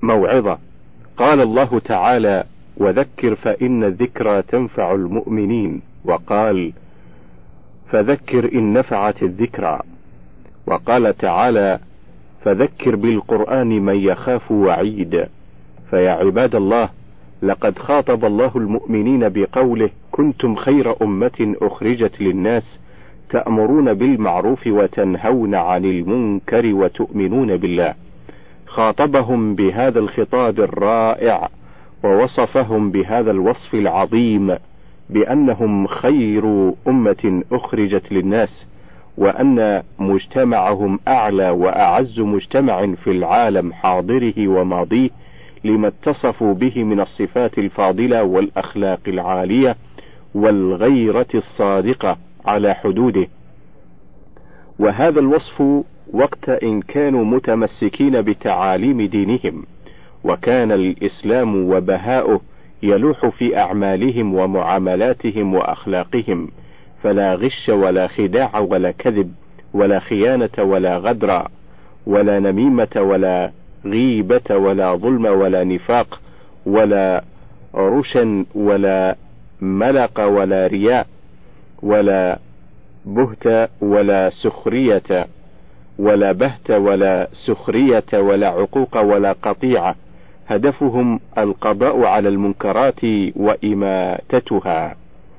موعظة. قال الله تعالى: وذكر فإن الذكرى تنفع المؤمنين. وقال: فذكر إن نفعت الذكرى. وقال تعالى: فذكر بالقرآن من يخاف وعيد. فيا عباد الله، لقد خاطب الله المؤمنين بقوله: كنتم خير أمة أخرجت للناس تأمرون بالمعروف وتنهون عن المنكر وتؤمنون بالله. خاطبهم بهذا الخطاب الرائع، ووصفهم بهذا الوصف العظيم بأنهم خير أمة أخرجت للناس، وأن مجتمعهم أعلى وأعز مجتمع في العالم حاضره وماضيه، لما اتصفوا به من الصفات الفاضلة والأخلاق العالية والغيرة الصادقة على حدوده. وهذا الوصف وقت إن كانوا متمسكين بتعاليم دينهم، وكان الإسلام وبهاؤه يلوح في أعمالهم ومعاملاتهم وأخلاقهم، فلا غش ولا خداع ولا كذب ولا خيانة ولا غدر ولا نميمة ولا غيبة ولا ظلم ولا نفاق ولا رشن ولا ملق ولا رياء ولا بهت ولا سخرية ولا بهت ولا سخرية ولا عقوق ولا قطيعة. هدفهم القضاء على المنكرات وإماتتها،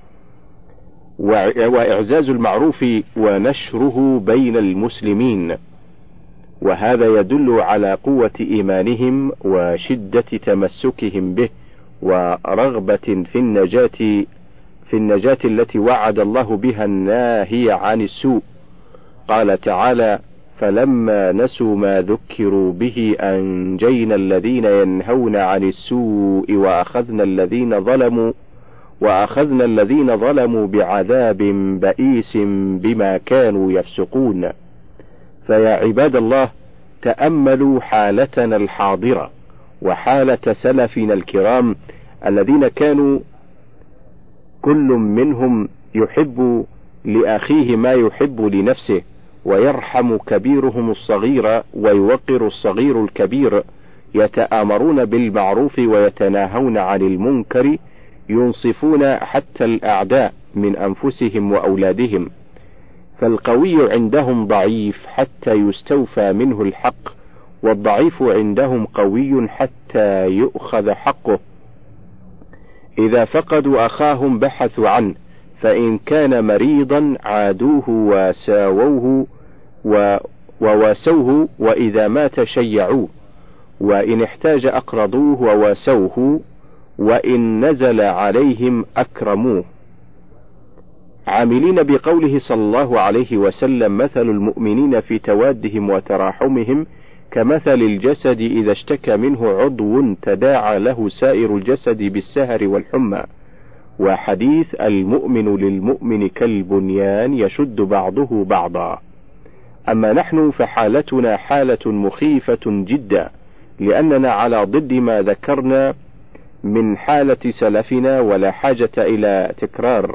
وإعزاز المعروف ونشره بين المسلمين. وهذا يدل على قوة إيمانهم وشدة تمسكهم به ورغبة في النجاة التي وعد الله بها الناهي عن السوء. قال تعالى: فلما نسوا ما ذكروا به أنجينا الذين ينهون عن السوء وأخذنا الذين ظلموا بعذاب بئيس بما كانوا يفسقون. فيا عباد الله، تأملوا حالتنا الحاضرة وحالة سلفنا الكرام الذين كانوا كل منهم يحب لأخيه ما يحب لنفسه، ويرحم كبيرهم الصغير ويوقر الصغير الكبير، يتآمرون بالمعروف ويتناهون عن المنكر، ينصفون حتى الأعداء من أنفسهم وأولادهم. فالقوي عندهم ضعيف حتى يستوفى منه الحق، والضعيف عندهم قوي حتى يؤخذ حقه. إذا فقدوا أخاهم بحثوا عنه، فإن كان مريضا عادوه وواسوه، وإذا مات شيعوه، وإن احتاج أقرضوه وواسوه، وإن نزل عليهم أكرموه. عاملين بقوله صلى الله عليه وسلم: مثل المؤمنين في توادهم وتراحمهم كمثل الجسد إذا اشتكى منه عضو تداعى له سائر الجسد بالسهر والحمى. وحديث: المؤمن للمؤمن كالبنيان يشد بعضه بعضا. أما نحن فحالتنا حالة مخيفة جدا، لأننا على ضد ما ذكرنا من حالة سلفنا، ولا حاجة إلى تكرار.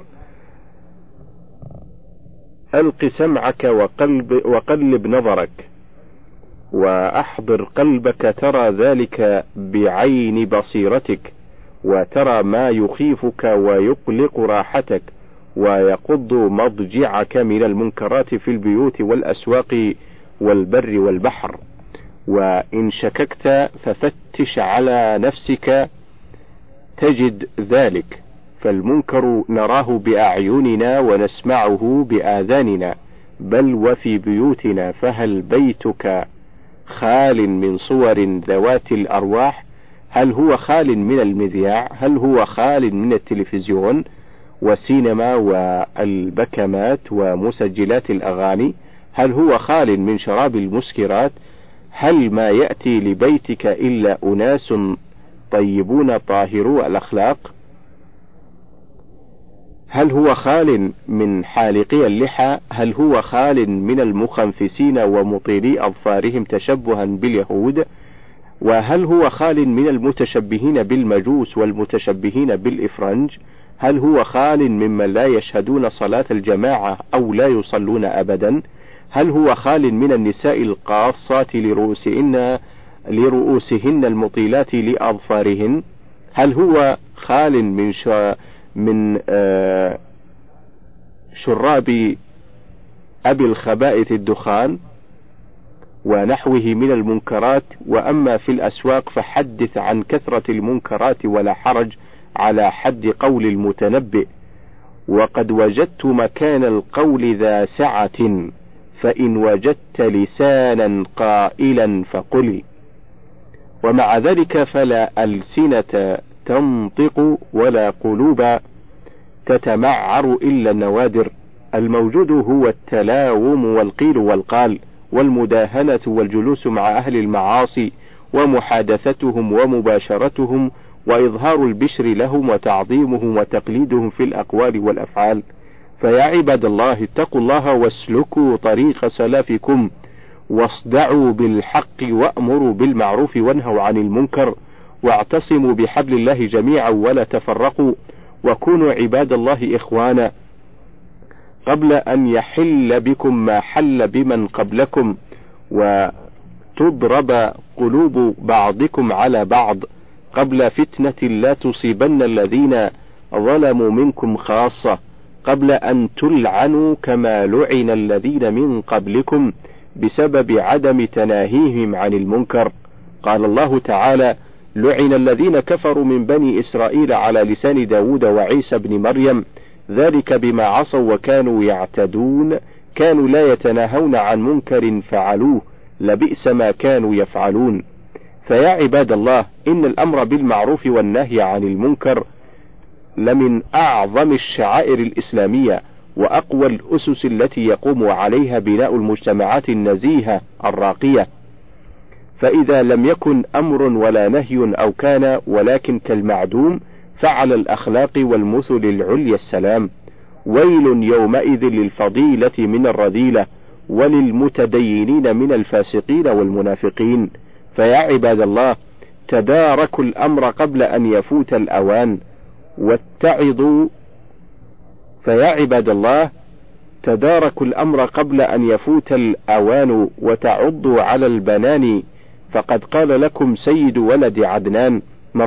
ألق سمعك وقلب نظرك وأحضر قلبك، ترى ذلك بعين بصيرتك، وترى ما يخيفك ويقلق راحتك ويقض مضجعك من المنكرات في البيوت والأسواق والبر والبحر. وإن شككت ففتش على نفسك تجد ذلك، فالمنكر نراه بأعيننا ونسمعه بآذاننا، بل وفي بيوتنا. فهل بيتك خال من صور ذوات الأرواح؟ هل هو خال من المذياع؟ هل هو خال من التلفزيون والسينما والبكمات ومسجلات الأغاني؟ هل هو خال من شراب المسكرات؟ هل ما يأتي لبيتك إلا أناس طيبون طاهرو الأخلاق؟ هل هو خال من حالقي اللحى؟ هل هو خال من المخنفسين ومطيلي أظفارهم تشبها باليهود؟ وهل هو خال من المتشبهين بالمجوس والمتشبهين بالإفرنج؟ هل هو خال ممن لا يشهدون صلاة الجماعة أو لا يصلون أبدا؟ هل هو خال من النساء القاصات لرؤوسهن لرؤوسهن المطيلات لأظفارهن؟ هل هو خال من شراب أبي الخبائث الدخان ونحوه من المنكرات؟ وأما في الأسواق فحدث عن كثرة المنكرات ولا حرج على حد قول المتنبئ: وقد وجدت مكان القول ذا سعة، فإن وجدت لسانا قائلا فقل. ومع ذلك فلا ألسنة تنطق ولا قلوب تتمعر إلا النوادر. الموجود هو التلاوم والقيل والقال والمداهنة والجلوس مع أهل المعاصي ومحادثتهم ومباشرتهم وإظهار البشر لهم وتعظيمهم وتقليدهم في الأقوال والأفعال. فيا عباد الله، اتقوا الله واسلكوا طريق سلفكم، واصدعوا بالحق وأمروا بالمعروف وانهوا عن المنكر، واعتصموا بحبل الله جميعا ولا تفرقوا، وكونوا عباد الله إخوانا قبل أن يحل بكم ما حل بمن قبلكم، وتضرب قلوب بعضكم على بعض، قبل فتنة لا تصيبن الذين ظلموا منكم خاصة، قبل أن تلعنوا كما لعن الذين من قبلكم بسبب عدم تناهيهم عن المنكر. قال الله تعالى: لعن الذين كفروا من بني إسرائيل على لسان داود وعيسى بن مريم، ذلك بما عصوا وكانوا يعتدون، كانوا لا يتناهون عن منكر فعلوه، لبئس ما كانوا يفعلون. فيا عباد الله، إن الأمر بالمعروف والنهي عن المنكر لمن أعظم الشعائر الإسلامية وأقوى الأسس التي يقوم عليها بناء المجتمعات النزيهة الراقية. فإذا لم يكن أمر ولا نهي أو كان ولكن كالمعدوم، فعلى الأخلاق والمثل العليا السلام. ويل يومئذ للفضيلة من الرذيلة، وللمتدينين من الفاسقين والمنافقين. فيا عباد الله، تداركوا الأمر قبل أن يفوت الأوان، واتعظوا. فيا عباد الله، تداركوا الأمر قبل أن يفوت الأوان، وتعضوا على البنان، فقد قال لكم سيد ولد عدنان: من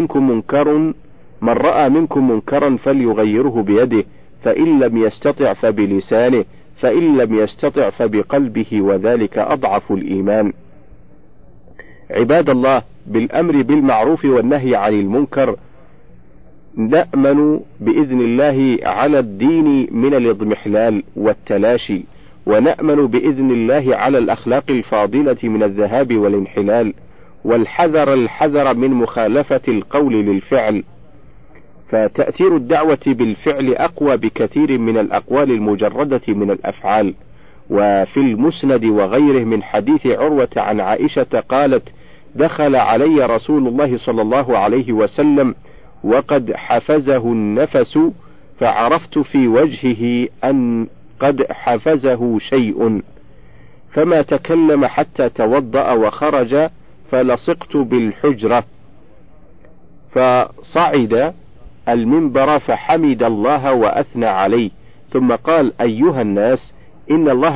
رأى منكم منكرا فليغيره بيده، فإن لم يستطع فبلسانه، فإن لم يستطع فبقلبه، وذلك أضعف الإيمان. عباد الله، بالأمر بالمعروف والنهي عن المنكر نأمن بإذن الله على الدين من الاضمحلال والتلاشي، ونأمن بإذن الله على الأخلاق الفاضلة من الذهاب والانحلال، والحذر من مخالفة القول للفعل. فتأثير الدعوة بالفعل أقوى بكثير من الأقوال المجردة من الأفعال. وفي المسند وغيره من حديث عروة عن عائشة قالت: دخل علي رسول الله صلى الله عليه وسلم وقد حفزه النفس، فعرفت في وجهه أن قد حفزه شيء، فما تكلم حتى توضأ وخرج، فلصقت بالحجرة، فصعد المنبر فحمد الله وأثنى عليه، ثم قال: أيها الناس، إن الله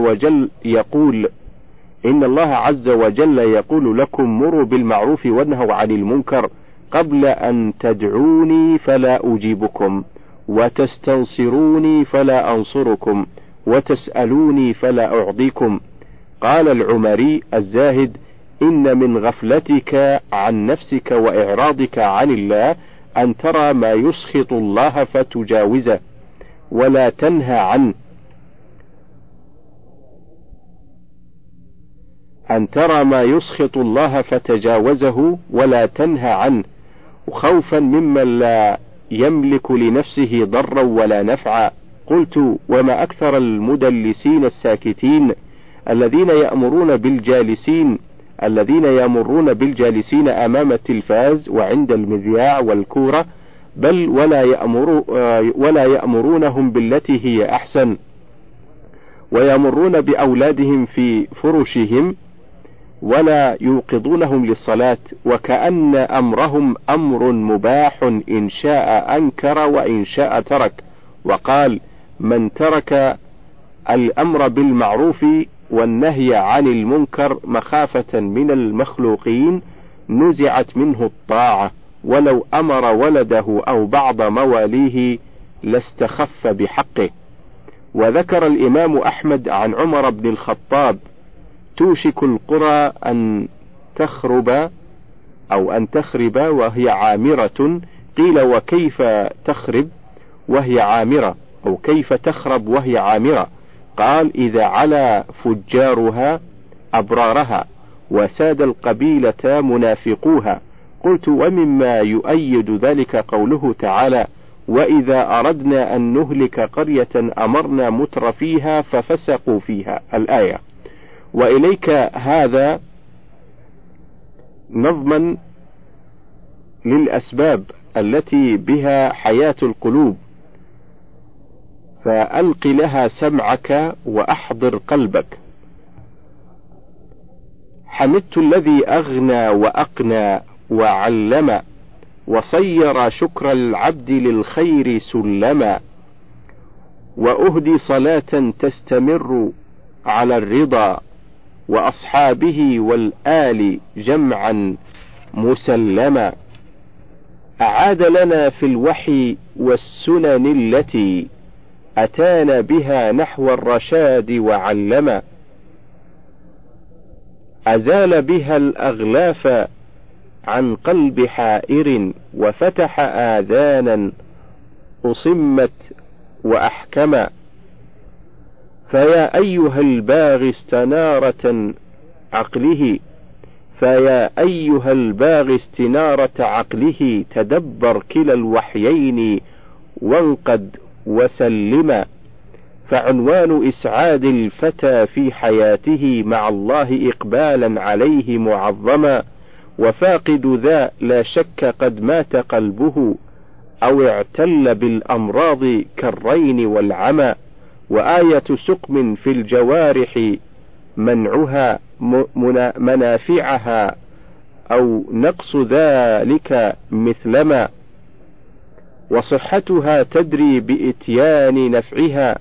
عز وجل يقول لكم: مروا بالمعروف وانهوا عن المنكر، قبل أن تدعوني فلا أجيبكم، وتستنصروني فلا أنصركم، وتسألوني فلا أعطيكم. قال العمري الزاهد: إن من غفلتك عن نفسك وإعراضك عن الله أن ترى ما يسخط الله فتجاوزه ولا تنهى عنه، ولا تنهى عنه، خوفا ممن لا يملك لنفسه ضرا ولا نفعا. قلت: وما أكثر المدلسين الساكتين الذين يمرون بالجالسين أمام التلفاز وعند المذياع والكورة، بل ولا يأمرونهم بالتي هي أحسن، ويمرون بأولادهم في فرشهم ولا يوقظونهم للصلاة، وكأن أمرهم أمر مباح، إن شاء أنكر وإن شاء ترك. وقال: من ترك الأمر بالمعروف والنهي عن المنكر مخافة من المخلوقين نزعت منه الطاعة، ولو أمر ولده أو بعض مواليه لاستخف بحقه. وذكر الإمام أحمد عن عمر بن الخطاب: توشك القرى أن تخرب وهي عامرة. قيل: وكيف تخرب وهي عامرة؟ أو كيف تخرب وهي عامرة؟ قال: إذا علا فجارها أبرارها وساد القبيلة منافقوها. قلت: ومما يؤيد ذلك قوله تعالى: وإذا أردنا أن نهلك قرية أمرنا متر فيها ففسقوا فيها، الآية. وإليك هذا نظما للأسباب التي بها حياة القلوب، فألق لها سمعك وأحضر قلبك. حمدت الذي أغنى وأقنى وعلم، وصير شكر العبد للخير سلما، وأهدي صلاة تستمر على الرضا، وأصحابه والآل جمعا مسلما. أعاد لنا في الوحي والسنن التي أتانا بها نحو الرشاد وعلما، أزال بها الأغلاف عن قلب حائر، وفتح آذانا أصمت وأحكما. فيا أيها الباغي استنارة عقله تدبر كلا الوحيين وانقد وسلما. فعنوان إسعاد الفتى في حياته مع الله إقبالا عليه معظما، وفاقد ذا لا شك قد مات قلبه أو اعتل بالأمراض كالرين والعمى. وآية سقم في الجوارح منعها منافعها أو نقص ذلك مثلما، وصحتها تدري بإتيان نفعها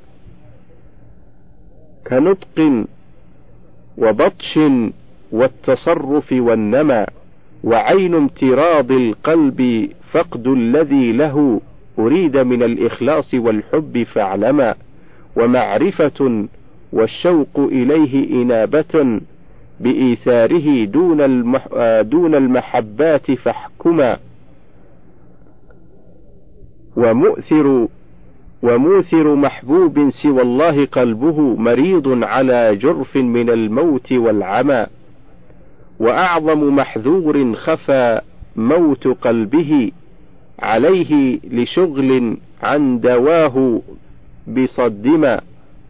كنطق وبطش والتصرف والنمى. وعين امتراض القلب فقد الذي له أريد من الإخلاص والحب فاعلما. ومعرفة والشوق إليه إنابة بإيثاره دون المحبات فاحكما. وموثر محبوب سوى الله قلبه مريض على جرف من الموت والعمى. وأعظم محذور خفى موت قلبه عليه لشغل عن دواه بصدما.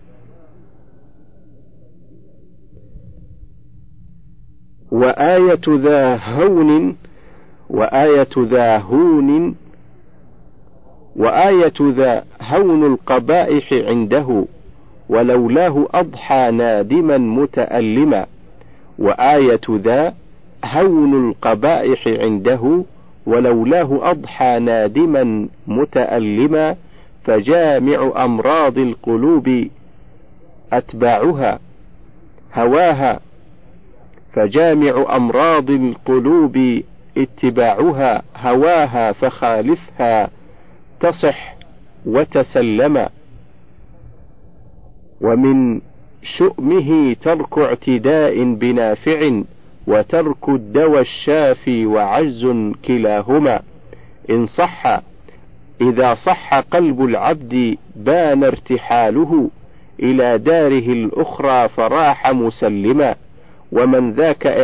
وآية ذا هون القبائح عنده ولولاه أضحى نادما متألما. وآية ذا هون القبائح عنده ولولاه أضحى نادما متألما. فجامع أمراض القلوب أتباعها هواها، اتباعها هواها فخالفها تصح وتسلما. ومن شؤمه ترك اعتداء بنافع وترك الدوى الشافي وعجز كلاهما. إذا صح قلب العبد بان ارتحاله إلى داره الأخرى فراح مسلما. ومن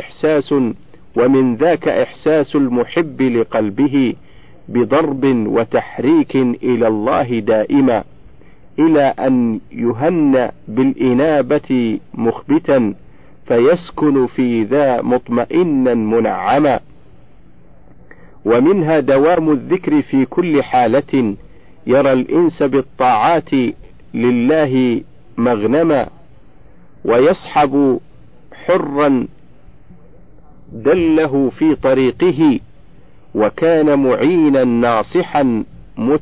ذاك إحساس المحب لقلبه بضرب وتحريك إلى الله دائما، إلى أن يهن بالإنابة مخبتا فيسكن في ذا مطمئنا منعما. ومنها دوام الذكر في كل حالة، يرى الإنس بالطاعات لله مغنما. ويصحب حرا دله في طريقه وكان معينا ناصحا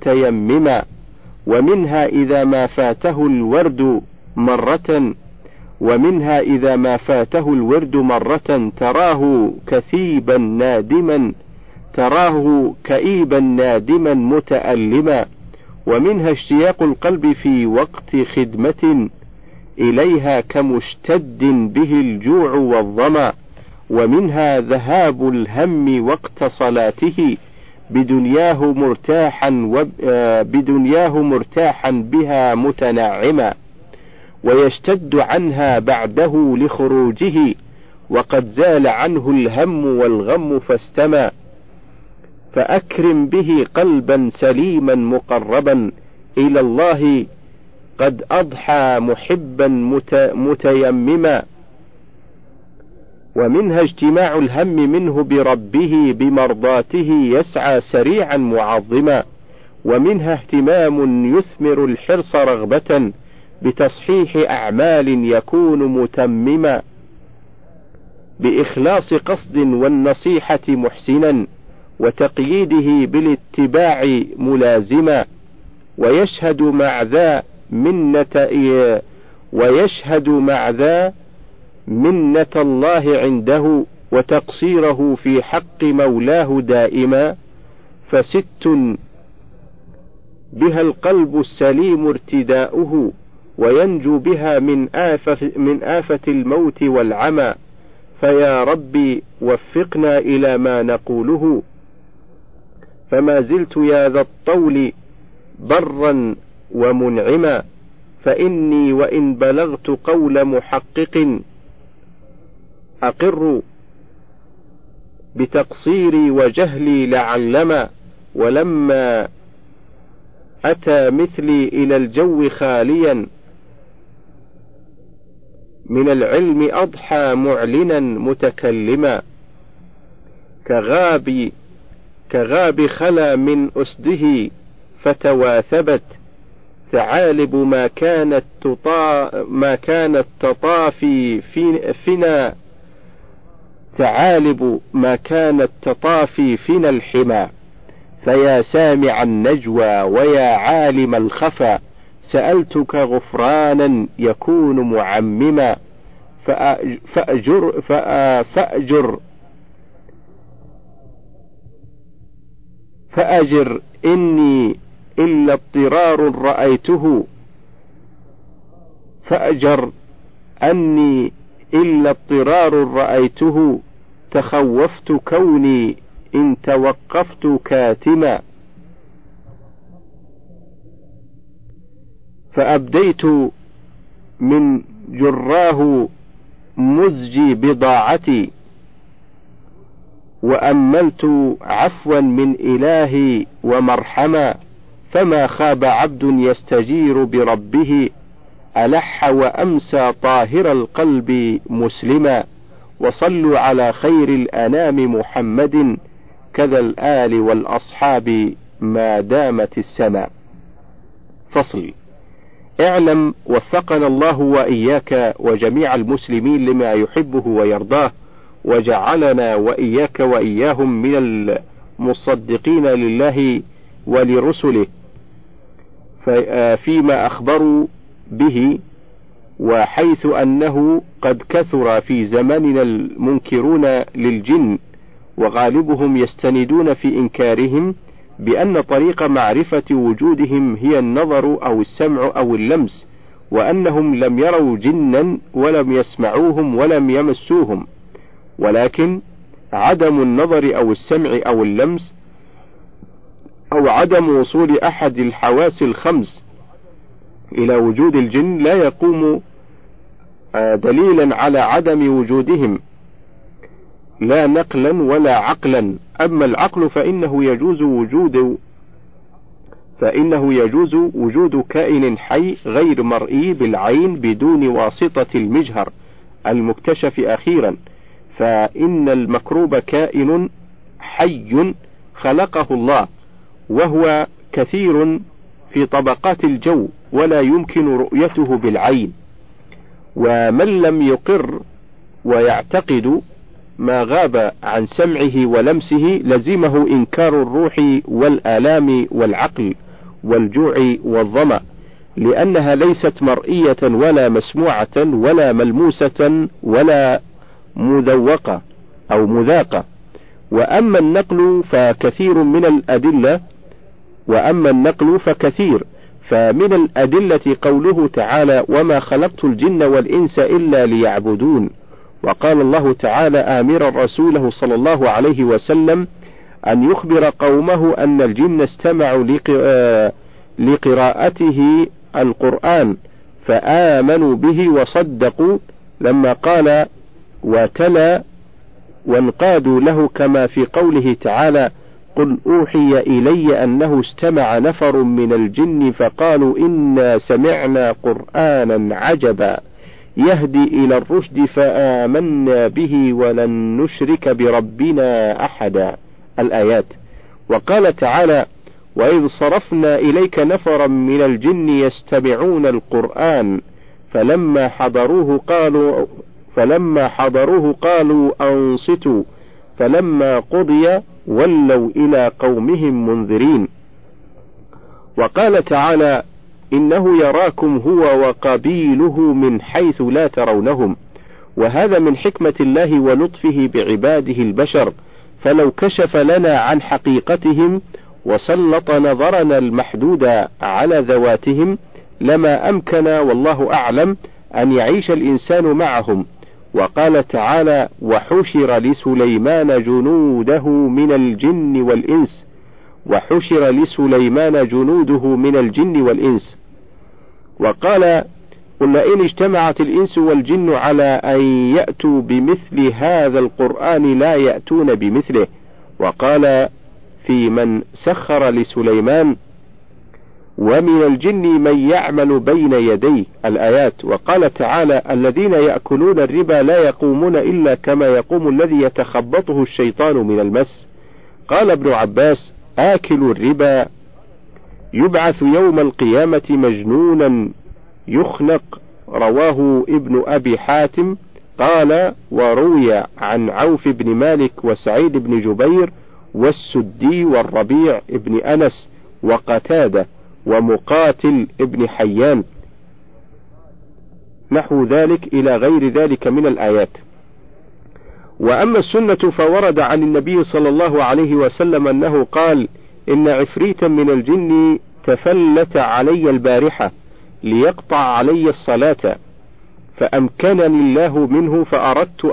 متيمما. ومنها إذا ما فاته الورد مرة ومنها إذا ما فاته الورد مرة تراه كئيبا نادما متألما. ومنها اشتياق القلب في وقت خدمة إليها كمشتد به الجوع والظمأ. ومنها ذهاب الهم وقت صلاته بدنياه مرتاحا بها متنعما، ويشتد عنها بعده لخروجه وقد زال عنه الهم والغم فاستمى. فأكرم به قلبا سليما مقربا إلى الله قد أضحى محبا متيمما. ومنها اجتماع الهم منه بربه بمرضاته يسعى سريعا معظما. ومنها اهتمام يثمر الحرص رغبة بتصحيح أعمال يكون متمما، بإخلاص قصد والنصيحة محسنا وتقييده بالاتباع ملازما. ويشهد مع ذا منة الله عنده وتقصيره في حق مولاه دائما. فست بها القلب السليم ارتداؤه وينجو بها من آفة الموت والعمى. فيا ربي وفقنا إلى ما نقوله، فما زلت يا ذا الطول برا ومنعما. فإني وإن بلغت قول محقق أقر بتقصيري وجهلي لعلما. ولما أتى مثلي إلى الجو خاليا من العلم أضحى معلنا متكلما. كغاب خلا من أسده فتواثبت ثعالب ما كانت تطافي فينا الحمى. فيا سامع النجوى ويا عالم الخفا سألتك غفرانا يكون معمما. فأجر إني إلا اضطرار رأيته تخوفت كوني إن توقفت كاتما. فأبديت من جراه مزجي بضاعتي وأملت عفوا من إلهي ومرحما. فما خاب عبد يستجير بربه ألح وأمسى طاهر القلب مسلما. وصلوا على خير الأنام محمد كذا الآل والأصحاب ما دامت السماء. فصل. اعلم وفقنا الله وإياك وجميع المسلمين لما يحبه ويرضاه، وجعلنا وإياك وإياهم من المصدقين لله ولرسله فيما أخبروا به، وحيث أنه قد كثر في زماننا المنكرون للجن وغالبهم يستندون في إنكارهم بأن طريق معرفة وجودهم هي النظر أو السمع أو اللمس، وأنهم لم يروا جنا ولم يسمعوهم ولم يمسوهم، ولكن عدم النظر أو السمع أو اللمس أو عدم وصول أحد الحواس الخمس إلى وجود الجن لا يقوم دليلا على عدم وجودهم لا نقلا ولا عقلا. أما العقل فإنه يجوز وجود كائن حي غير مرئي بالعين بدون واسطة المجهر المكتشف أخيرا، فإن المكروب كائن حي خلقه الله وهو كثير في طبقات الجو ولا يمكن رؤيته بالعين. ومن لم يقر ويعتقد ما غاب عن سمعه ولمسه لزمه إنكار الروح والآلام والعقل والجوع والظمأ، لأنها ليست مرئية ولا مسموعة ولا ملموسة ولا مذوقة أو مذاقة. وأما النقل فكثير، فمن الأدلة قوله تعالى: وما خلقت الجن والإنس إلا ليعبدون. وقال الله تعالى آمرا رسوله صلى الله عليه وسلم أن يخبر قومه أن الجن استمعوا لقراءته القرآن فآمنوا به وصدقوا لما قال وتلا وانقادوا له، كما في قوله تعالى: قل أوحي إلي أنه استمع نفر من الجن فقالوا إنا سمعنا قرآنا عجبا يهدي إلى الرشد فآمنا به ولن نشرك بربنا أحدا. الآيات. وقال تعالى: وإذ صرفنا إليك نفرا من الجن يستمعون القرآن فلما حضروه قالوا أنصتوا فلما قضي ولوا إلى قومهم منذرين. وقال تعالى: إنه يراكم هو وقبيله من حيث لا ترونهم. وهذا من حكمة الله ولطفه بعباده البشر، فلو كشف لنا عن حقيقتهم وسلط نظرنا المحدود على ذواتهم لما أمكن والله أعلم أن يعيش الإنسان معهم. وقال تعالى: وحشر لسليمان جنوده من الجن والإنس. وقال: قل لئن اجتمعت الإنس والجن على أن يأتوا بمثل هذا القرآن لا يأتون بمثله. وقال في من سخر لسليمان: ومن الجن من يعمل بين يديه. الآيات. وقال تعالى: الذين يأكلون الربا لا يقومون إلا كما يقوم الذي يتخبطه الشيطان من المس. قال ابن عباس: آكل الربا يبعث يوم القيامة مجنونا يخنق. رواه ابن أبي حاتم. قال: وروي عن عوف بن مالك وسعيد بن جبير والسدي والربيع بن أنس وقتادة ومقاتل ابن حيان نحو ذلك إلى غير ذلك من الآيات. وأما السنة فورد عن النبي صلى الله عليه وسلم أنه قال: إن عفريتا من الجن تفلت علي البارحة ليقطع علي الصلاة فأمكنني الله منه فأردت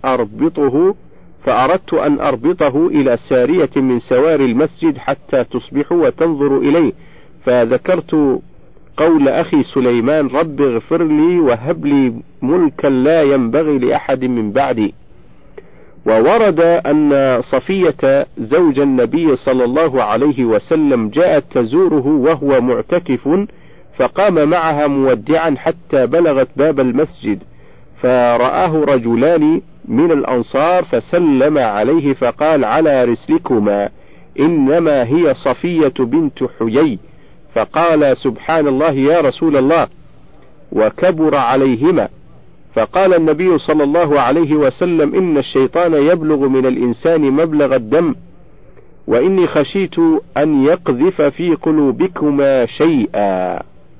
أن أربطه إلى سارية من سوار المسجد حتى تصبحوا وتنظروا إليه، فذكرت قول أخي سليمان: رب اغفر لي وهب لي ملكا لا ينبغي لأحد من بعدي. وورد أن صفية زوج النبي صلى الله عليه وسلم جاءت تزوره وهو معتكف فقام معها مودعا حتى بلغت باب المسجد، فرآه رجلان من الأنصار فسلم عليه فقال: على رسلكما، إنما هي صفية بنت حيي. فقال: سبحان الله يا رسول الله، وكبر عليهما. فقال النبي صلى الله عليه وسلم: إن الشيطان يبلغ من الإنسان مبلغ الدم، وإني خشيت أن يقذف في قلوبكما شيئا.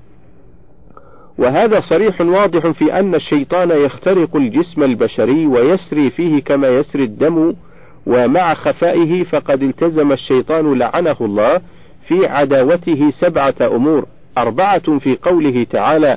وهذا صريح واضح في أن الشيطان يخترق الجسم البشري ويسري فيه كما يسري الدم. ومع خفائه فقد التزم الشيطان لعنه الله في عداوته 7 أمور: 4 في قوله تعالى: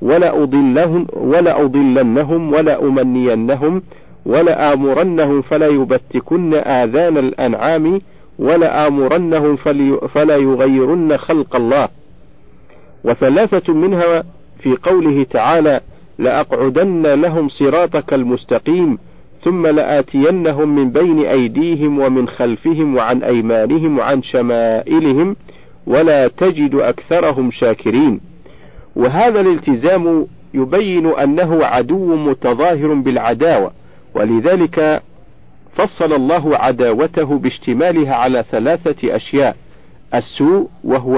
ولأضلنهم ولأمنينهم ولآمرنهم فلا يبتكن آذان الأنعام ولآمرنهم فلا يغيرن خلق الله. 3 منها في قوله تعالى: لأقعدن لهم صراطك المستقيم ثم لآتينهم من بين أيديهم ومن خلفهم وعن أيمانهم وعن شمائلهم ولا تجد أكثرهم شاكرين. وهذا الالتزام يبين أنه عدو متظاهر بالعداوة، ولذلك فصل الله عداوته باشتمالها على 3 أشياء: السوء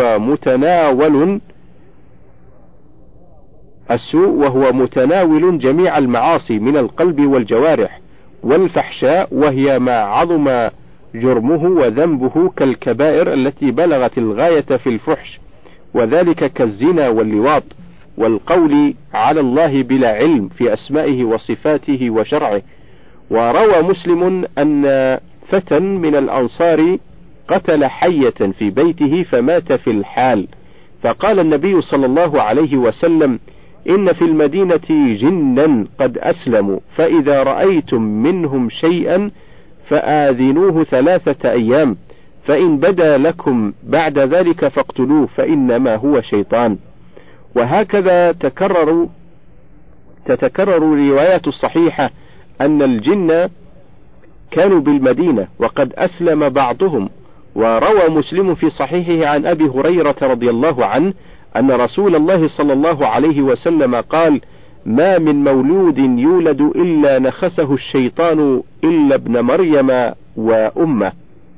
وهو متناول جميع المعاصي من القلب والجوارح، والفحشاء وهي ما عظم جرمه وذنبه كالكبائر التي بلغت الغاية في الفحش، وذلك كالزنا واللواط والقول على الله بلا علم في أسمائه وصفاته وشرعه. وروى مسلم أن فتى من الأنصار قتل حية في بيته فمات في الحال، فقال النبي صلى الله عليه وسلم: إن في المدينة جنا قد أسلموا، فإذا رأيتم منهم شيئا فآذنوه 3 أيام، فإن بدا لكم بعد ذلك فاقتلوه، فإنما هو شيطان. وهكذا تتكرر الروايات الصحيحة أن الجن كانوا بالمدينة وقد أسلم بعضهم. وروى مسلم في صحيحه عن أبي هريرة رضي الله عنه أن رسول الله صلى الله عليه وسلم قال: ما من مولود يولد إلا نخسه الشيطان إلا ابن مريم وأمه.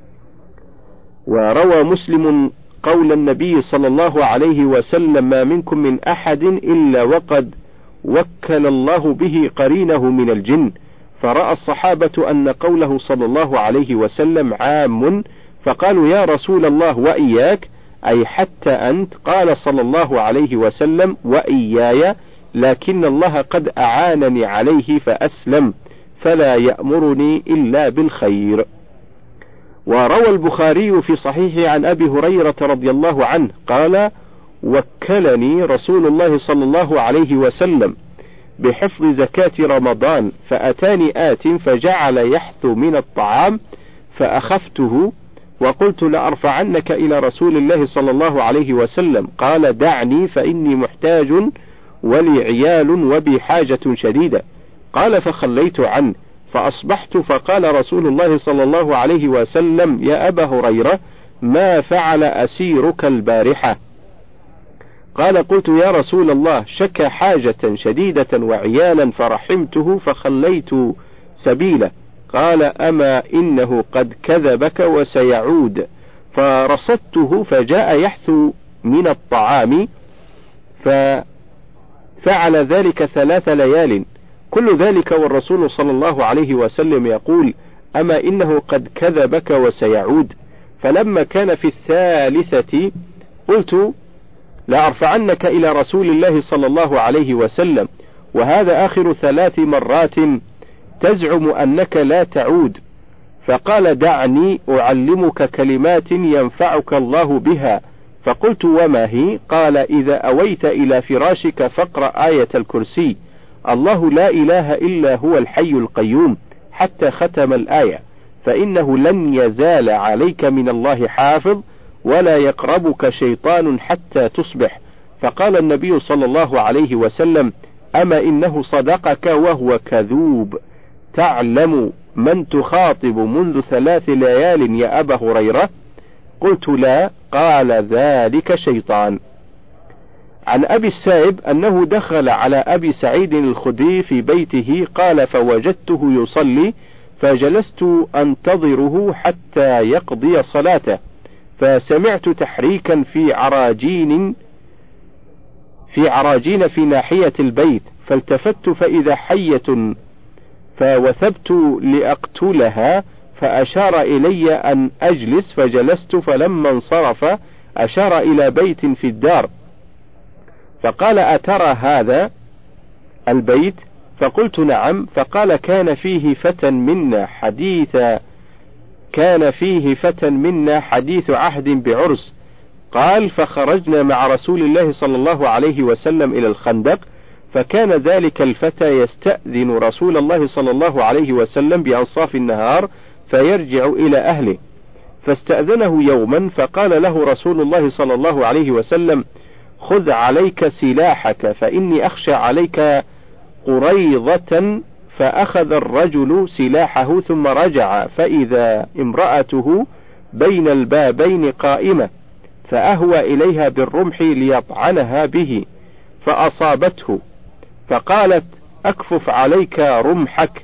وروى مسلم قول النبي صلى الله عليه وسلم: ما منكم من أحد إلا وقد وكل الله به قرينه من الجن. فرأى الصحابة أن قوله صلى الله عليه وسلم عام، فقالوا: يا رسول الله وإياك، أي حتى أنت؟ قال صلى الله عليه وسلم: وإياي، لكن الله قد أعانني عليه فأسلم، فلا يأمرني إلا بالخير. وروى البخاري في صحيحه عن أبي هريرة رضي الله عنه قال: وكلني رسول الله صلى الله عليه وسلم بحفظ زكاة رمضان، فأتاني آت فجعل يحثو من الطعام فأخفته وقلت: لأرفعنك إلى رسول الله صلى الله عليه وسلم. قال: دعني فإني محتاج ولي عيال وبي حاجة شديدة. قال: فخليت عنه، فأصبحت فقال رسول الله صلى الله عليه وسلم: يا أبا هريرة، ما فعل أسيرك البارحة؟ قال: قلت: يا رسول الله، شكى حاجة شديدة وعيالا فرحمته فخليت سبيله. قال: أما إنه قد كذبك وسيعود. فرصدته فجاء يحثو من الطعام، ففعل ذلك 3 ليال، كل ذلك والرسول صلى الله عليه وسلم يقول: أما إنه قد كذبك وسيعود. فلما كان في 3 قلت: لأرفعنك إلى رسول الله صلى الله عليه وسلم، وهذا آخر 3 مرات تزعم أنك لا تعود. فقال: دعني أعلمك كلمات ينفعك الله بها. فقلت: وما هي؟ قال: إذا أويت إلى فراشك فاقرأ آية الكرسي: الله لا إله إلا هو الحي القيوم، حتى ختم الآية، فإنه لن يزال عليك من الله حافظ، ولا يقربك شيطان حتى تصبح. فقال النبي صلى الله عليه وسلم: أما إنه صدقك وهو كذوب. تعلم من تخاطب منذ 3 ليال يا أبا هريرة؟ قلت: لا. قال: ذلك شيطان. عن أبي السائب أنه دخل على أبي سعيد الخدري في بيته، قال: فوجدته يصلي، فجلست أنتظره حتى يقضي صلاته، فسمعت تحريكا في عراجين في ناحية البيت، فالتفت فإذا حية، فوثبت لأقتلها، فأشار إلي أن أجلس، فجلست، فلما انصرف أشار إلى بيت في الدار، فقال: أترى هذا البيت؟ فقلت: نعم. فقال: كان فيه فتى منا حديث عهد بعرس. قال: فخرجنا مع رسول الله صلى الله عليه وسلم إلى الخندق، فكان ذلك الفتى يستأذن رسول الله صلى الله عليه وسلم بأنصاف النهار فيرجع إلى أهله، فاستأذنه يوما، فقال له رسول الله صلى الله عليه وسلم: خذ عليك سلاحك فإني أخشى عليك قريضة. فأخذ الرجل سلاحه ثم رجع، فإذا امرأته بين البابين قائمة، فأهوى إليها بالرمح ليطعنها به، فأصابته، فقالت: أكفف عليك رمحك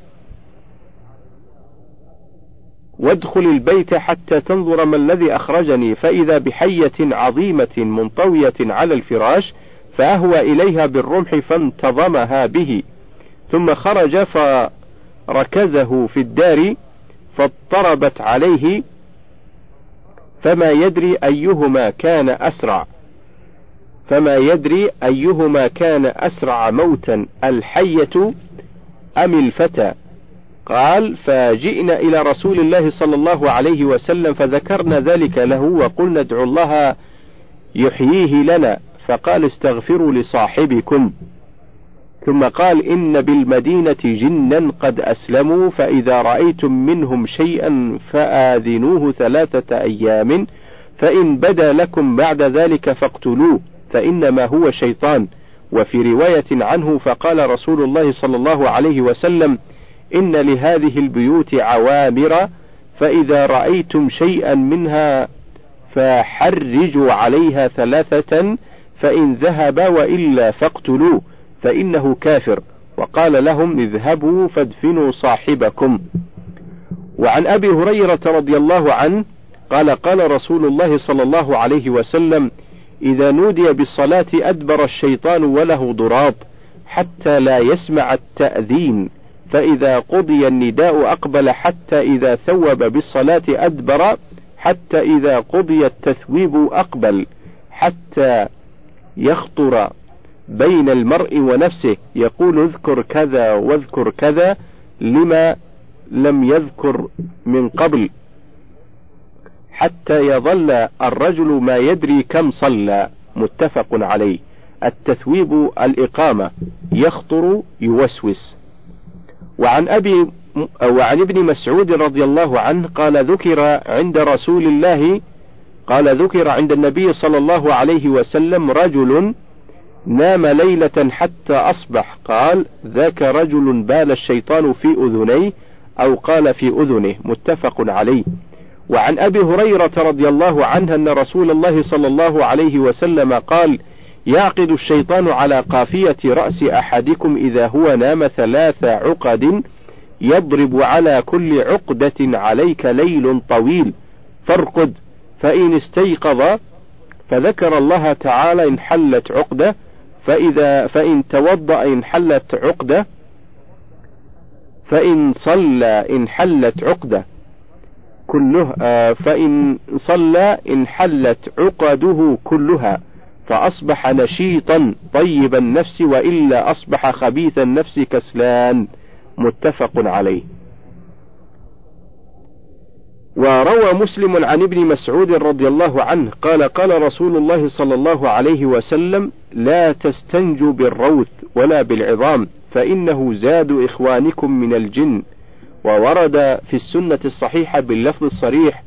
وادخل البيت حتى تنظر ما الذي أخرجني، فإذا بحية عظيمة منطوية على الفراش، فأهوى إليها بالرمح فانتظمها به، ثم خرج فركزه في الدار فاضطربت عليه، فما يدري أيهما كان أسرع. فما يدري أيهما كان أسرع موتا الحية أم الفتى. قال: فجئنا إلى رسول الله صلى الله عليه وسلم فذكرنا ذلك له وقلنا ادعوا الله يحييه لنا، فقال: استغفروا لصاحبكم. ثم قال: إن بالمدينة جنا قد أسلموا، فإذا رأيتم منهم شيئا فآذنوه 3 أيام، فإن بدا لكم بعد ذلك فاقتلوه، فإنما هو شيطان. وفي رواية عنه: فقال رسول الله صلى الله عليه وسلم: إن لهذه البيوت عوامر، فإذا رأيتم شيئا منها فحرجوا عليها 3، فإن ذهب وإلا فاقتلوه، فإنه كافر. وقال لهم: اذهبوا فادفنوا صاحبكم. وعن أبي هريرة رضي الله عنه قال: قال رسول الله صلى الله عليه وسلم: إذا نودي بالصلاة أدبر الشيطان وله ضراب حتى لا يسمع التأذين، فإذا قضي النداء أقبل حتى إذا ثوب بالصلاة أدبر، حتى إذا قضي التثويب أقبل، حتى يخطر بين المرء ونفسه يقول اذكر كذا واذكر كذا لما لم يذكر من قبل، حتى يظل الرجل ما يدري كم صلى. متفق عليه. التثويب الإقامة، يخطر يوسوس. وعن ابن مسعود رضي الله عنه قال: ذكر عند النبي صلى الله عليه وسلم رجل نام ليلة حتى أصبح، قال: ذاك رجل بال الشيطان في أذنيه، أو قال في أذنه. متفق عليه. وعن أبي هريرة رضي الله عنه أن رسول الله صلى الله عليه وسلم قال: يعقد الشيطان على قافية رأس أحدكم إذا هو نام 3 عقد، يضرب على كل عقدة عليك ليل طويل، فارقد، فإن استيقظ فذكر الله تعالى انحلت عقدة، فإن توضأ انحلت عقدة، فإن صلى انحلت عقدة كلها، فإن صلى انحلت عقده كلها، فأصبح نشيطا طيب النفس، وإلا أصبح خبيث النفس كسلان. متفق عليه. وروى مسلم عن ابن مسعود رضي الله عنه قال: قال رسول الله صلى الله عليه وسلم: لا تستنجوا بالروث ولا بالعظام، فإنه زاد إخوانكم من الجن. وورد في السنة الصحيحة باللفظ الصريح: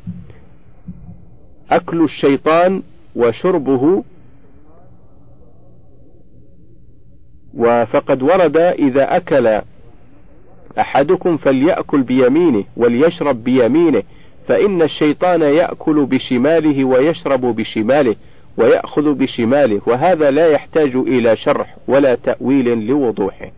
أكل الشيطان وشربه. فقد ورد: إذا أكل أحدكم فليأكل بيمينه وليشرب بيمينه، فإن الشيطان يأكل بشماله ويشرب بشماله ويأخذ بشماله، وهذا لا يحتاج إلى شرح ولا تأويل لوضوحه.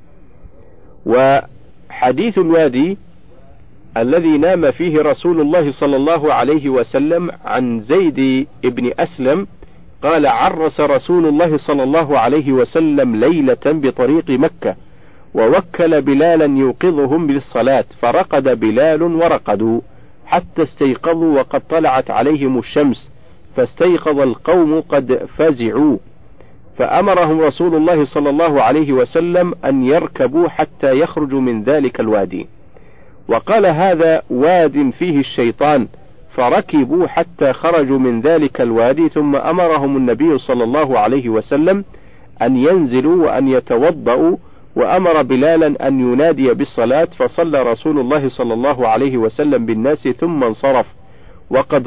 وحديث الوادي الذي نام فيه رسول الله صلى الله عليه وسلم عن زيد بن أسلم قال: عرس رسول الله صلى الله عليه وسلم ليلة بطريق مكة، ووكل بلالا يوقظهم بالصلاة، فرقد بلال ورقدوا حتى استيقظوا وقد طلعت عليهم الشمس، فاستيقظ القوم قد فزعوا، فأمرهم رسول الله صلى الله عليه وسلم أن يركبوا حتى يخرجوا من ذلك الوادي، وقال: هذا واد فيه الشيطان، فركبوا حتى خرجوا من ذلك الوادي، ثم أمرهم النبي صلى الله عليه وسلم أن ينزلوا وأن يتوضأوا، وأمر بلالا أن ينادي بالصلاة، فصلى رسول الله صلى الله عليه وسلم بالناس ثم انصرف، وقد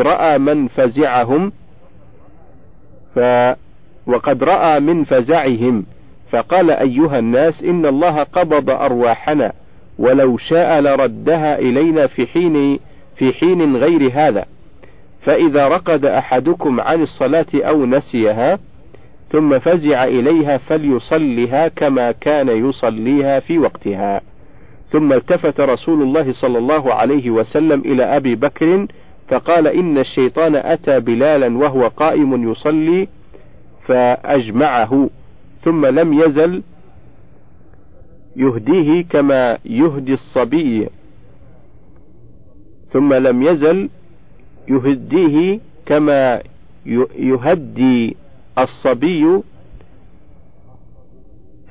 رأى من فزعهم، فقال: أيها الناس، إن الله قبض أرواحنا، ولو شاء لردها إلينا في حين غير هذا، فإذا رقد أحدكم عن الصلاة أو نسيها ثم فزع إليها فليصلها كما كان يصليها في وقتها. ثم التفت رسول الله صلى الله عليه وسلم إلى أبي بكر فقال: إن الشيطان أتى بلالا وهو قائم يصلي فأجمعه، ثم لم يزل يهديه كما يهدي الصبي، يهدي الصبي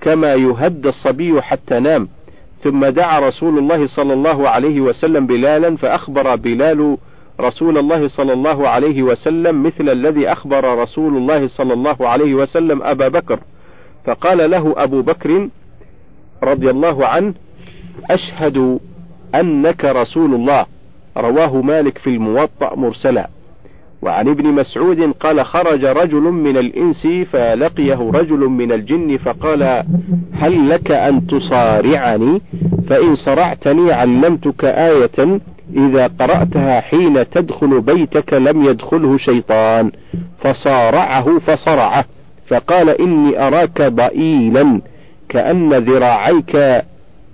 كما يهدى الصبي حتى نام. ثم دعا رسول الله صلى الله عليه وسلم بلالا، فأخبر بلال رسول الله صلى الله عليه وسلم مثل الذي أخبر رسول الله صلى الله عليه وسلم أبا بكر، فقال له أبو بكر رضي الله عنه: أشهد أنك رسول الله. رواه مالك في الموطأ مرسلا. وعن ابن مسعود قال: خرج رجل من الإنس فلقيه رجل من الجن فقال: هل لك أن تصارعني؟ فإن صرعتني علمتك آية إذا قرأتها حين تدخل بيتك لم يدخله شيطان. فصارعه فصرعه، فقال: إني أراك ضئيلا كأن ذراعيك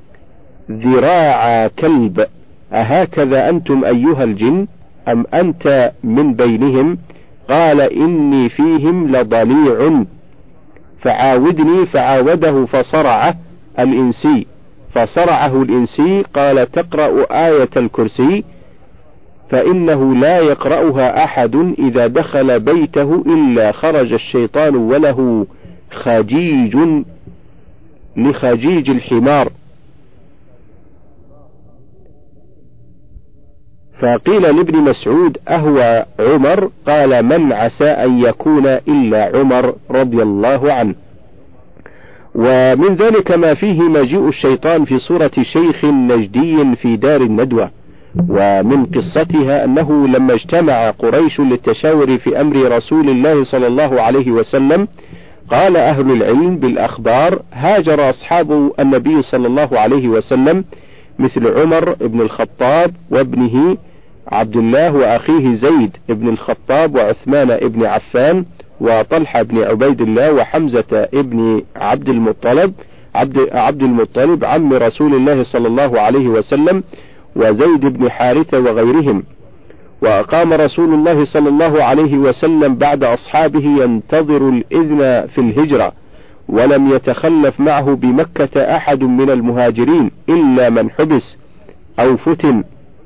ذراع كلب، أهكذا أنتم أيها الجن أم أنت من بينهم؟ قال: إني فيهم لضليع، فعاودني. فعاوده فصرعه الإنسي، فصرعه الإنسي. قال: تقرأ آية الكرسي، فإنه لا يقرأها أحد إذا دخل بيته إلا خرج الشيطان وله خجيج لخجيج الحمار. فقيل لابن مسعود: أهو عمر؟ قال: من عسى أن يكون إلا عمر رضي الله عنه. ومن ذلك ما فيه مجيء الشيطان في صورة شيخ نجدي في دار الندوة. ومن قصتها أنه لما اجتمع قريش للتشاور في أمر رسول الله صلى الله عليه وسلم، قال أهل العلم بالأخبار: هاجر أصحاب النبي صلى الله عليه وسلم مثل عمر بن الخطاب وابنه عبد الله وأخيه زيد بن الخطاب وعثمان بن عفان وطلحة بن عبيد الله وحمزة بن عبد المطلب عم رسول الله صلى الله عليه وسلم وزيد بن حارثة وغيرهم. وأقام رسول الله صلى الله عليه وسلم بعد أصحابه ينتظر الإذن في الهجرة، ولم يتخلف معه بمكة أحد من المهاجرين إلا من حبس أو فتن،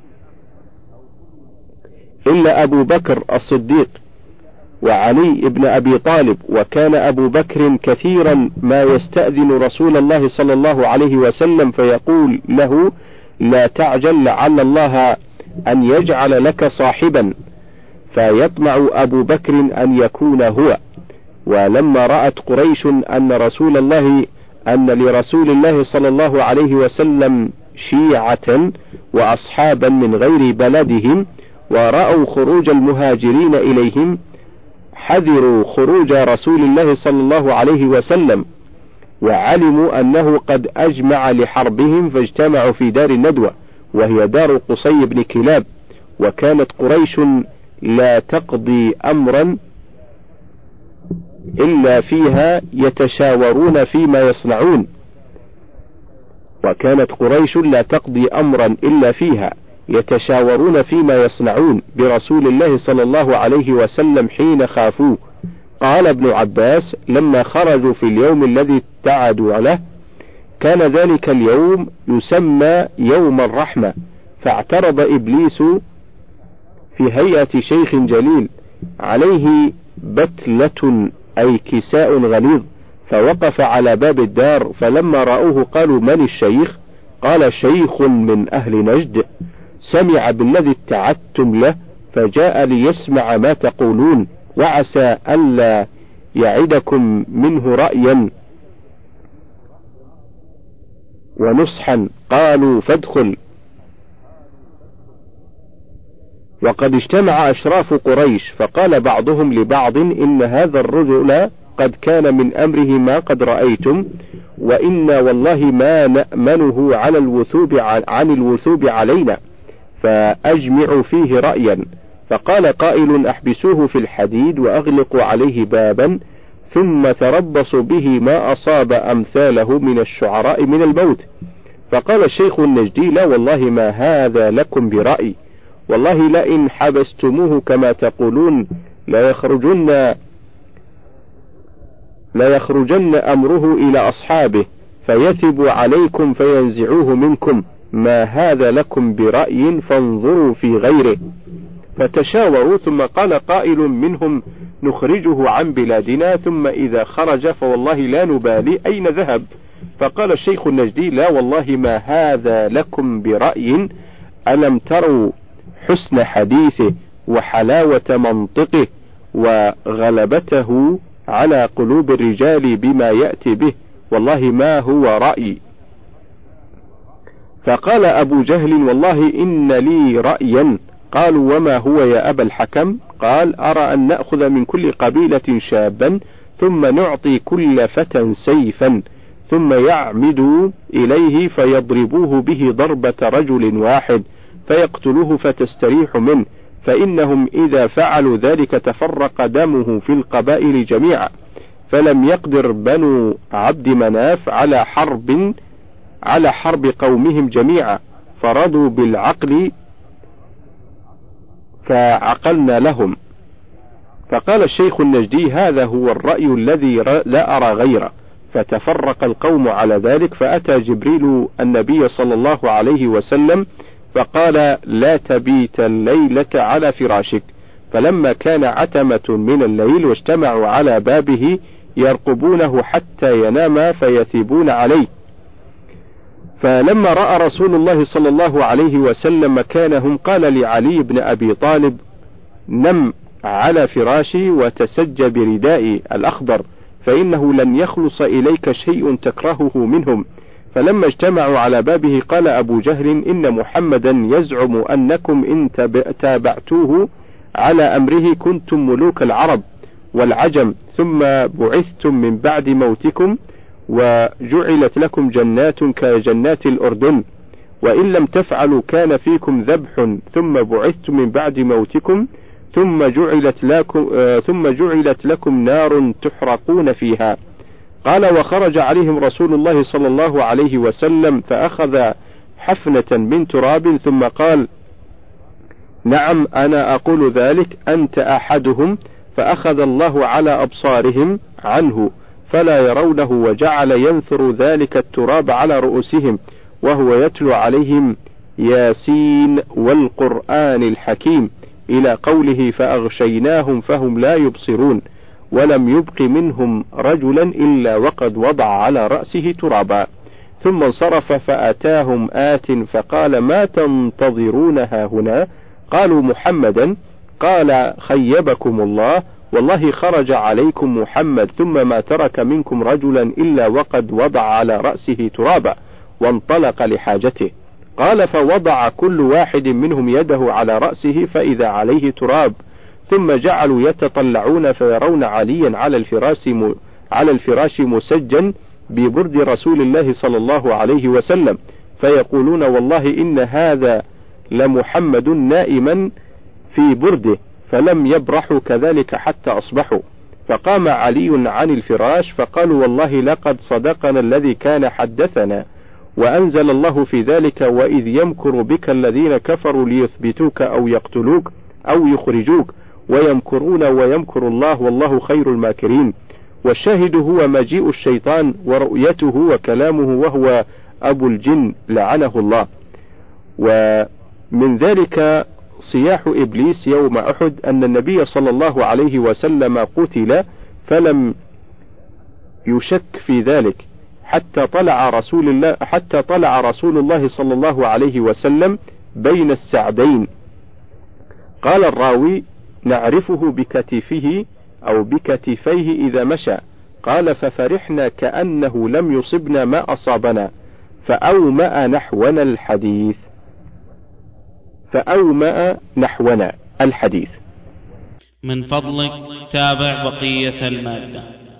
إلا أبو بكر الصديق وعلي بن أبي طالب. وكان أبو بكر كثيرا ما يستأذن رسول الله صلى الله عليه وسلم فيقول له: لا تعجل، لعل الله أن يجعل لك صاحبا، فيطمع أبو بكر أن يكون هو. ولما رأت قريش أن لرسول الله صلى الله عليه وسلم شيعة وأصحابا من غير بلدهم، ورأوا خروج المهاجرين إليهم، حذروا خروج رسول الله صلى الله عليه وسلم، وعلموا أنه قد أجمع لحربهم، فاجتمعوا في دار الندوة، وهي دار قصي بن كلاب. وكانت قريش لا تقضي أمرا إلا فيها يتشاورون فيما يصنعون، وكانت قريش لا تقضي أمرا إلا فيها يتشاورون فيما يصنعون برسول الله صلى الله عليه وسلم حين خافوه. قال ابن عباس: لما خرجوا في اليوم الذي ابتعدوا له كان ذلك اليوم يسمى يوم الرحمة، فاعترض إبليس في هيئة شيخ جليل عليه بتلة أي كساء غليظ، فوقف على باب الدار، فلما رأوه قالوا: من الشيخ؟ قال: شيخ من أهل نجد سمع بالذي ابتعدتم له فجاء ليسمع ما تقولون، وعسى ألا يعدكم منه رأيا ونصحا. قالوا: فادخل. وقد اجتمع أشراف قريش، فقال بعضهم لبعض: إن هذا الرجل قد كان من أمره ما قد رأيتم، وإنا والله ما نأمنه عن الوثوب علينا، فأجمعوا فيه رأيا. فقال قائل: أحبسوه في الحديد وأغلقوا عليه بابا، ثم تربصوا به ما أصاب أمثاله من الشعراء من الموت. فقال الشيخ النجدي: لا والله ما هذا لكم برأي، والله لئن حبستموه كما تقولون ليخرجن أمره إلى أصحابه فيثب عليكم فينزعوه منكم، ما هذا لكم برأي، فانظروا في غيره. فتشاوروا، ثم قال قائل منهم: نخرجه عن بلادنا، ثم إذا خرج فوالله لا نبالي أين ذهب. فقال الشيخ النجدي: لا والله ما هذا لكم برأي، ألم تروا حسن حديثه وحلاوة منطقه وغلبته على قلوب الرجال بما يأتي به، والله ما هو رأي. فقال أبو جهل: والله إن لي رأيا. قالوا: وما هو يا أبا الحكم؟ قال: أرى أن نأخذ من كل قبيلة شابا، ثم نعطي كل فتى سيفا، ثم يعمدوا إليه فيضربوه به ضربة رجل واحد فيقتلوه فتستريح منه، فإنهم إذا فعلوا ذلك تفرق دمه في القبائل جميعا، فلم يقدر بنو عبد مناف على حرب قومهم جميعا، فرضوا بالعقل فعقلنا لهم. فقال الشيخ النجدي: هذا هو الرأي الذي لا أرى غيره. فتفرق القوم على ذلك، فأتى جبريل النبي صلى الله عليه وسلم فقال: لا تبيت الليلة على فراشك. فلما كان عتمة من الليل واجتمعوا على بابه يرقبونه حتى ينام فيثيبون عليه. فلما رأى رسول الله صلى الله عليه وسلم مكانهم قال لعلي بن أبي طالب: نم على فراشي وتسج بردائي الأخضر، فإنه لن يخلص إليك شيء تكرهه منهم. فلما اجتمعوا على بابه قال أبو جهل: إن محمدا يزعم أنكم إن تابعتوه على أمره كنتم ملوك العرب والعجم، ثم بعثتم من بعد موتكم وجعلت لكم جنات كجنات الأردن، وإن لم تفعلوا كان فيكم ذبح، ثم بعثتم من بعد موتكم ثم جعلت لكم نار تحرقون فيها. قال: وخرج عليهم رسول الله صلى الله عليه وسلم فأخذ حفنة من تراب ثم قال: نعم أنا أقول ذلك، أنت أحدهم. فأخذ الله على أبصارهم عنه فلا يرونه، وجعل ينثر ذلك التراب على رؤوسهم وهو يتلو عليهم ياسين والقرآن الحكيم إلى قوله: فأغشيناهم فهم لا يبصرون، ولم يبق منهم رجلا إلا وقد وضع على رأسه ترابا. ثم انصرف فأتاهم آت فقال: ما تنتظرون هاهنا؟ قالوا: محمدا. قال: خيبكم الله، والله خرج عليكم محمد ثم ما ترك منكم رجلا إلا وقد وضع على رأسه ترابا، وانطلق لحاجته. قال: فوضع كل واحد منهم يده على رأسه فإذا عليه تراب، ثم جعلوا يتطلعون فيرون عليا على الفراش مسجا ببرد رسول الله صلى الله عليه وسلم، فيقولون: والله إن هذا لمحمد نائما في برده، فلم يبرحوا كذلك حتى أصبحوا. فقام علي عن الفراش فقالوا: والله لقد صدقنا الذي كان حدثنا، وأنزل الله في ذلك: وإذ يمكر بك الذين كفروا ليثبتوك أو يقتلوك أو يخرجوك ويمكرون ويمكر الله والله خير الماكرين. والشاهد هو مجيء الشيطان ورؤيته وكلامه، وهو أبو الجن لعنه الله. ومن ذلك صياح إبليس يوم أحد أن النبي صلى الله عليه وسلم قتل، فلم يشك في ذلك حتى طلع رسول الله صلى الله عليه وسلم بين السعدين. قال الراوي: نعرفه بكتفه أو بكتفيه إذا مشى. قال: ففرحنا كأنه لم يصبنا ما أصابنا، فأومأ نحونا الحديث. من فضلك تابع بقية المادة.